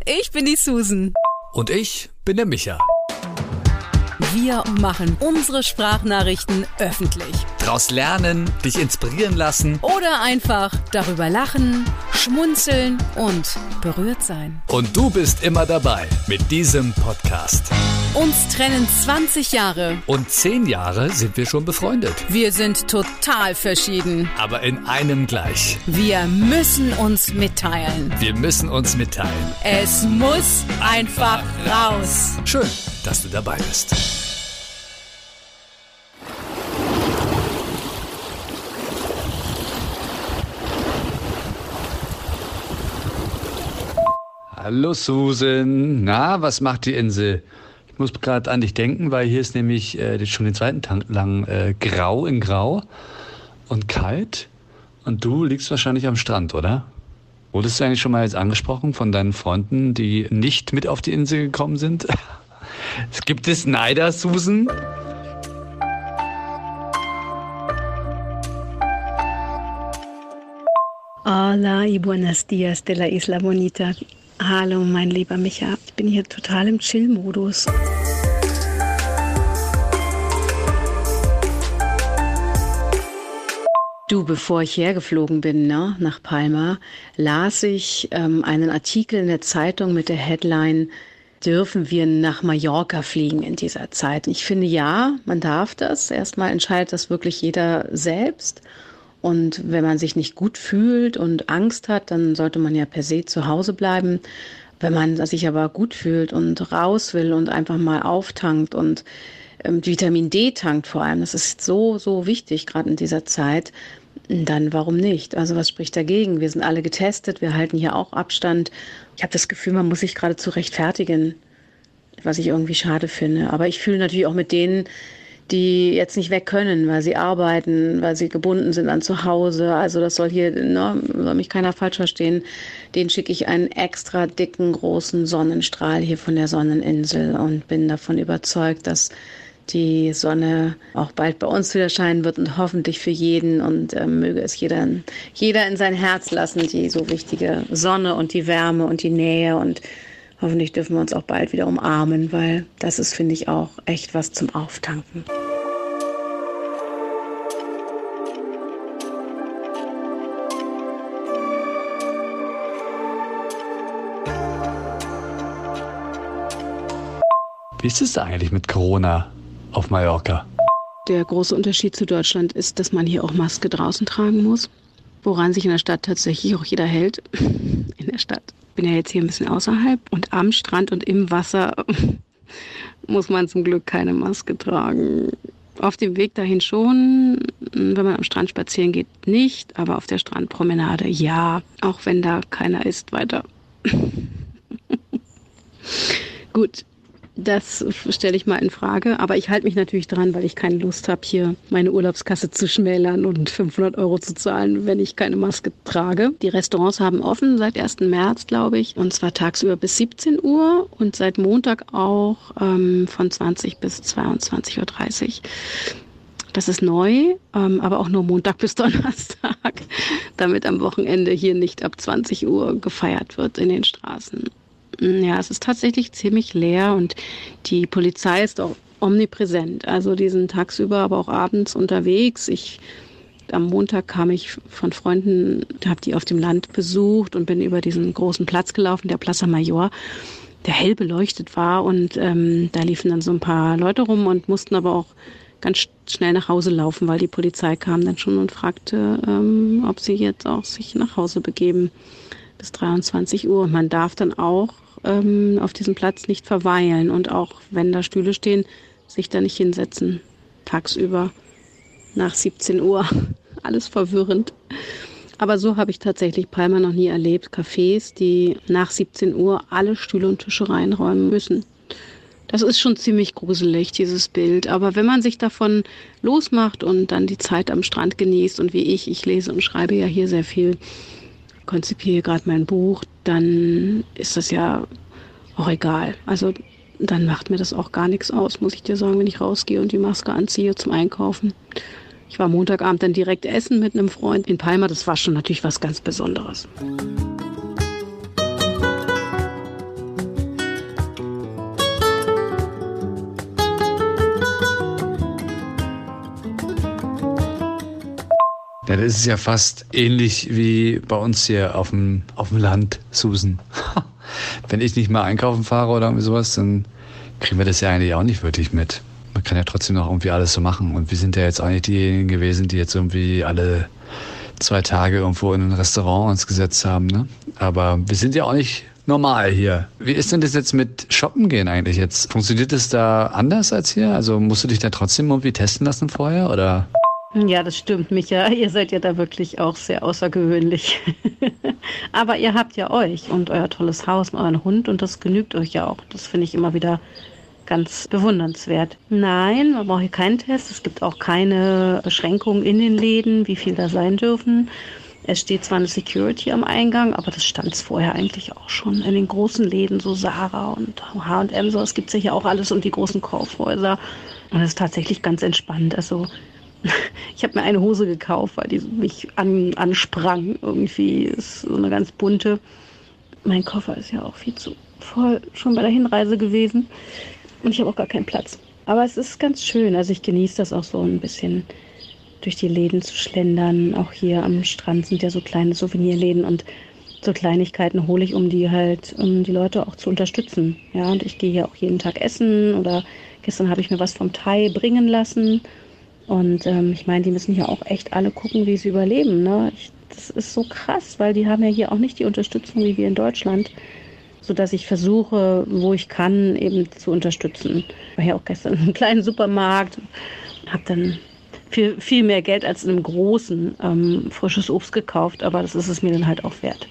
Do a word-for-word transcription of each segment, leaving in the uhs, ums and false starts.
ich bin die Susan. Und ich bin der Micha. Wir machen unsere Sprachnachrichten öffentlich. Daraus lernen, dich inspirieren lassen. Oder einfach darüber lachen, schmunzeln und berührt sein. Und du bist immer dabei mit diesem Podcast. Uns trennen zwanzig Jahre. Und zehn Jahre sind wir schon befreundet. Wir sind total verschieden. Aber in einem gleich. Wir müssen uns mitteilen. Wir müssen uns mitteilen. Es muss einfach raus. Schön, dass du dabei bist. Hallo Susan. Na, was macht die Insel? Ich muss gerade an dich denken, weil hier ist nämlich äh, schon den zweiten Tag lang äh, grau in grau und kalt. Und du liegst wahrscheinlich am Strand, oder? Wurdest du eigentlich schon mal jetzt angesprochen von deinen Freunden, die nicht mit auf die Insel gekommen sind? Es gibt es Neider, Susan? Hola y buenos días de la Isla Bonita. Hallo, mein lieber Micha. Ich bin hier total im Chill-Modus. Du, bevor ich hergeflogen bin, ne, nach Palma, las ich ähm, einen Artikel in der Zeitung mit der Headline: Dürfen wir nach Mallorca fliegen in dieser Zeit? Ich finde, ja, man darf das. Erstmal entscheidet das wirklich jeder selbst. Und wenn man sich nicht gut fühlt und Angst hat, dann sollte man ja per se zu Hause bleiben. Wenn man sich aber gut fühlt und raus will und einfach mal auftankt und ähm, Vitamin D tankt vor allem, das ist so, so wichtig, gerade in dieser Zeit, dann warum nicht? Also was spricht dagegen? Wir sind alle getestet, wir halten hier auch Abstand. Ich habe das Gefühl, man muss sich geradezu rechtfertigen, was ich irgendwie schade finde. Aber ich fühle natürlich auch mit denen, die jetzt nicht weg können, weil sie arbeiten, weil sie gebunden sind an zu Hause. Also das soll hier, ne, soll mich keiner falsch verstehen, den schicke ich einen extra dicken, großen Sonnenstrahl hier von der Sonneninsel und bin davon überzeugt, dass die Sonne auch bald bei uns wieder scheinen wird und hoffentlich für jeden, und äh, möge es jeder, jeder in sein Herz lassen, die so wichtige Sonne und die Wärme und die Nähe, und hoffentlich dürfen wir uns auch bald wieder umarmen, weil das ist, finde ich, auch echt was zum Auftanken. Wie ist es da eigentlich mit Corona auf Mallorca? Der große Unterschied zu Deutschland ist, dass man hier auch Maske draußen tragen muss, woran sich in der Stadt tatsächlich auch jeder hält. In der Stadt. Ich bin ja jetzt hier ein bisschen außerhalb, und am Strand und im Wasser muss man zum Glück keine Maske tragen. Auf dem Weg dahin schon, wenn man am Strand spazieren geht, nicht, aber auf der Strandpromenade ja, auch wenn da keiner ist weiter. Gut. Das stelle ich mal in Frage, aber ich halte mich natürlich dran, weil ich keine Lust habe, hier meine Urlaubskasse zu schmälern und fünfhundert Euro zu zahlen, wenn ich keine Maske trage. Die Restaurants haben offen seit ersten März, glaube ich, und zwar tagsüber bis siebzehn Uhr und seit Montag auch ähm, von zwanzig bis zweiundzwanzig Uhr dreißig. Das ist neu, ähm, aber auch nur Montag bis Donnerstag, damit am Wochenende hier nicht ab zwanzig Uhr gefeiert wird in den Straßen. Ja, es ist tatsächlich ziemlich leer und die Polizei ist auch omnipräsent. Also die sind tagsüber, aber auch abends unterwegs. Ich, am Montag kam ich von Freunden, habe die auf dem Land besucht und bin über diesen großen Platz gelaufen, der Plaza Mayor, der hell beleuchtet war. Und ähm, da liefen dann so ein paar Leute rum und mussten aber auch ganz schnell nach Hause laufen, weil die Polizei kam dann schon und fragte, ähm, ob sie jetzt auch sich nach Hause begeben bis dreiundzwanzig Uhr. Und man darf dann auch ähm, auf diesem Platz nicht verweilen und auch, wenn da Stühle stehen, sich da nicht hinsetzen. Tagsüber nach siebzehn Uhr. Alles verwirrend. Aber so habe ich tatsächlich Palma noch nie erlebt. Cafés, die nach siebzehn Uhr alle Stühle und Tische reinräumen müssen. Das ist schon ziemlich gruselig, dieses Bild. Aber wenn man sich davon losmacht und dann die Zeit am Strand genießt und wie ich, ich lese und schreibe ja hier sehr viel, konzipiere gerade mein Buch, dann ist das ja auch egal. Also dann macht mir das auch gar nichts aus, muss ich dir sagen, wenn ich rausgehe und die Maske anziehe zum Einkaufen. Ich war Montagabend dann direkt essen mit einem Freund in Palma. Das war schon natürlich was ganz Besonderes. Ja, das ist ja fast ähnlich wie bei uns hier auf dem, auf dem Land, Susan. Wenn ich nicht mal einkaufen fahre oder irgendwie sowas, dann kriegen wir das ja eigentlich auch nicht wirklich mit. Man kann ja trotzdem noch irgendwie alles so machen. Und wir sind ja jetzt auch nicht diejenigen gewesen, die jetzt irgendwie alle zwei Tage irgendwo in ein Restaurant uns gesetzt haben, ne? Aber wir sind ja auch nicht normal hier. Wie ist denn das jetzt mit Shoppen gehen eigentlich jetzt? Funktioniert das da anders als hier? Also musst du dich da trotzdem irgendwie testen lassen vorher, oder? Ja, das stimmt, Micha. Ihr seid ja da wirklich auch sehr außergewöhnlich. Aber ihr habt ja euch und euer tolles Haus und euren Hund und das genügt euch ja auch. Das finde ich immer wieder ganz bewundernswert. Nein, man braucht hier keinen Test. Es gibt auch keine Beschränkungen in den Läden, wie viel da sein dürfen. Es steht zwar eine Security am Eingang, aber das stand es vorher eigentlich auch schon in den großen Läden, so Zara und H und M, so, das gibt es ja hier auch alles und die großen Kaufhäuser. Und es ist tatsächlich ganz entspannt. Also ich habe mir eine Hose gekauft, weil die mich an, ansprang. Irgendwie ist so eine ganz bunte. Mein Koffer ist ja auch viel zu voll schon bei der Hinreise gewesen. Und ich habe auch gar keinen Platz. Aber es ist ganz schön. Also ich genieße das auch so ein bisschen, durch die Läden zu schlendern. Auch hier am Strand sind ja so kleine Souvenirläden und so Kleinigkeiten hole ich, um die halt, um die Leute auch zu unterstützen. Ja, und ich gehe hier auch jeden Tag essen oder gestern habe ich mir was vom Thai bringen lassen. Und ähm, ich meine, die müssen hier auch echt alle gucken, wie sie überleben. Ne? Ich, das ist so krass, weil die haben ja hier auch nicht die Unterstützung wie wir in Deutschland, sodass ich versuche, wo ich kann, eben zu unterstützen. Ich war ja auch gestern in einem kleinen Supermarkt, habe dann viel, viel mehr Geld als in einem großen ähm, frisches Obst gekauft, aber das ist es mir dann halt auch wert.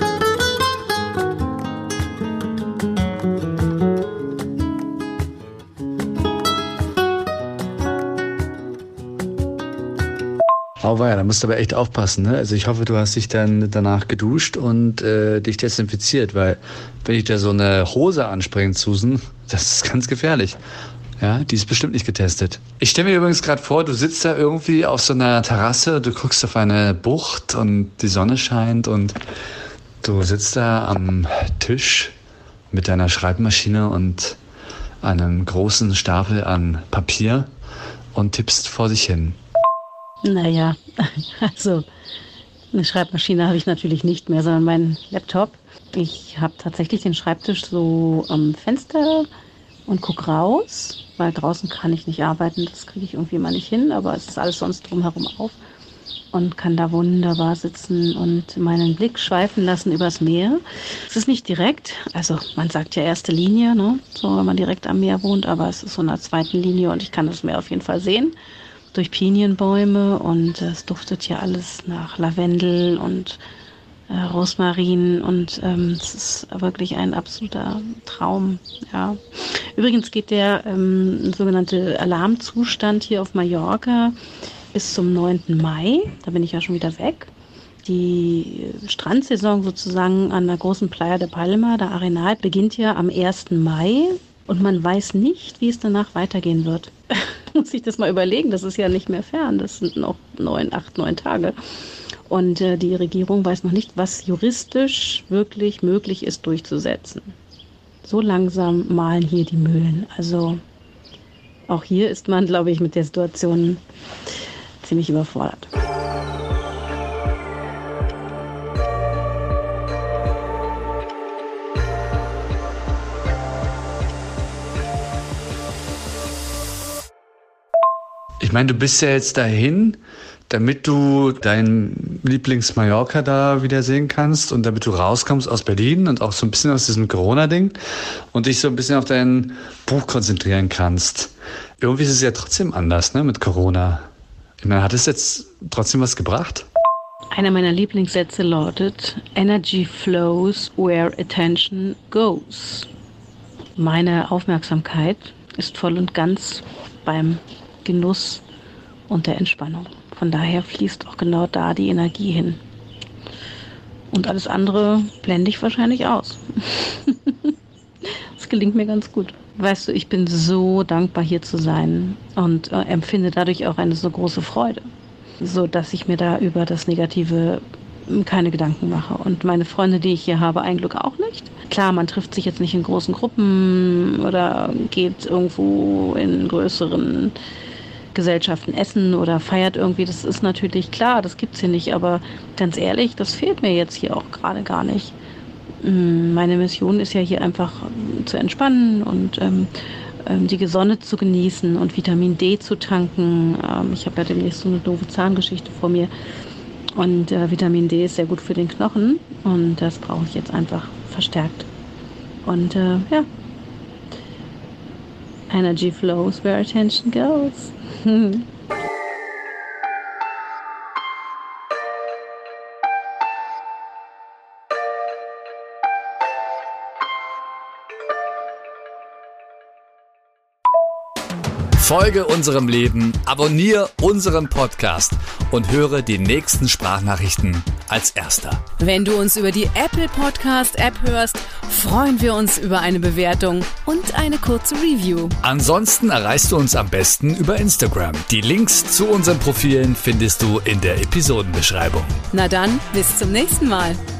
Auweia, da musst du aber echt aufpassen, ne? Also ich hoffe, du hast dich dann danach geduscht und äh, dich desinfiziert, weil wenn ich da so eine Hose anspringe, Susan, das ist ganz gefährlich. Ja, die ist bestimmt nicht getestet. Ich stelle mir übrigens gerade vor, du sitzt da irgendwie auf so einer Terrasse, du guckst auf eine Bucht und die Sonne scheint und du sitzt da am Tisch mit deiner Schreibmaschine und einem großen Stapel an Papier und tippst vor dich hin. Naja, also eine Schreibmaschine habe ich natürlich nicht mehr, sondern meinen Laptop. Ich habe tatsächlich den Schreibtisch so am Fenster und gucke raus, weil draußen kann ich nicht arbeiten, das kriege ich irgendwie mal nicht hin, aber es ist alles sonst drumherum auf und kann da wunderbar sitzen und meinen Blick schweifen lassen übers Meer. Es ist nicht direkt, also man sagt ja erste Linie, ne? So, wenn man direkt am Meer wohnt, aber es ist so in der zweiten Linie und ich kann das Meer auf jeden Fall sehen durch Pinienbäume und es duftet ja alles nach Lavendel und äh, Rosmarin und ähm, es ist wirklich ein absoluter Traum. Ja. Übrigens geht der ähm, sogenannte Alarmzustand hier auf Mallorca bis zum neunten Mai. Da bin ich ja schon wieder weg. Die Strandsaison sozusagen an der großen Playa de Palma, der Arenal, beginnt ja am ersten Mai und man weiß nicht, wie es danach weitergehen wird. Muss ich das mal überlegen, das ist ja nicht mehr fern, das sind noch neun, acht, neun Tage. Und äh, die Regierung weiß noch nicht, was juristisch wirklich möglich ist durchzusetzen. So langsam mahlen hier die Mühlen. Also auch hier ist man, glaube ich, mit der Situation ziemlich überfordert. Ich meine, du bist ja jetzt dahin, damit du dein Lieblings-Mallorca da wieder sehen kannst und damit du rauskommst aus Berlin und auch so ein bisschen aus diesem Corona-Ding und dich so ein bisschen auf dein Buch konzentrieren kannst. Irgendwie ist es ja trotzdem anders, ne, mit Corona. Ich meine, hat es jetzt trotzdem was gebracht? Einer meiner Lieblingssätze lautet: Energy flows where attention goes. Meine Aufmerksamkeit ist voll und ganz beim Genuss und der Entspannung. Von daher fließt auch genau da die Energie hin. Und alles andere blende ich wahrscheinlich aus. Das gelingt mir ganz gut. Weißt du, ich bin so dankbar, hier zu sein und äh, empfinde dadurch auch eine so große Freude, so dass ich mir da über das Negative keine Gedanken mache. Und meine Freunde, die ich hier habe, ein Glück auch nicht. Klar, man trifft sich jetzt nicht in großen Gruppen oder geht irgendwo in größeren Gesellschaften essen oder feiert irgendwie. Das ist natürlich klar, das gibt's hier nicht. Aber ganz ehrlich, das fehlt mir jetzt hier auch gerade gar nicht. Meine Mission ist ja hier einfach zu entspannen und ähm, die Sonne zu genießen und Vitamin D zu tanken. Ähm, ich habe ja demnächst so eine doofe Zahngeschichte vor mir. Und äh, Vitamin D ist sehr gut für den Knochen. Und das brauche ich jetzt einfach verstärkt. Und äh, ja, Energy flows where attention goes. Folge unserem Leben, abonniere unseren Podcast und höre die nächsten Sprachnachrichten als Erster. Wenn du uns über die Apple Podcast App hörst, freuen wir uns über eine Bewertung und eine kurze Review. Ansonsten erreichst du uns am besten über Instagram. Die Links zu unseren Profilen findest du in der Episodenbeschreibung. Na dann, bis zum nächsten Mal.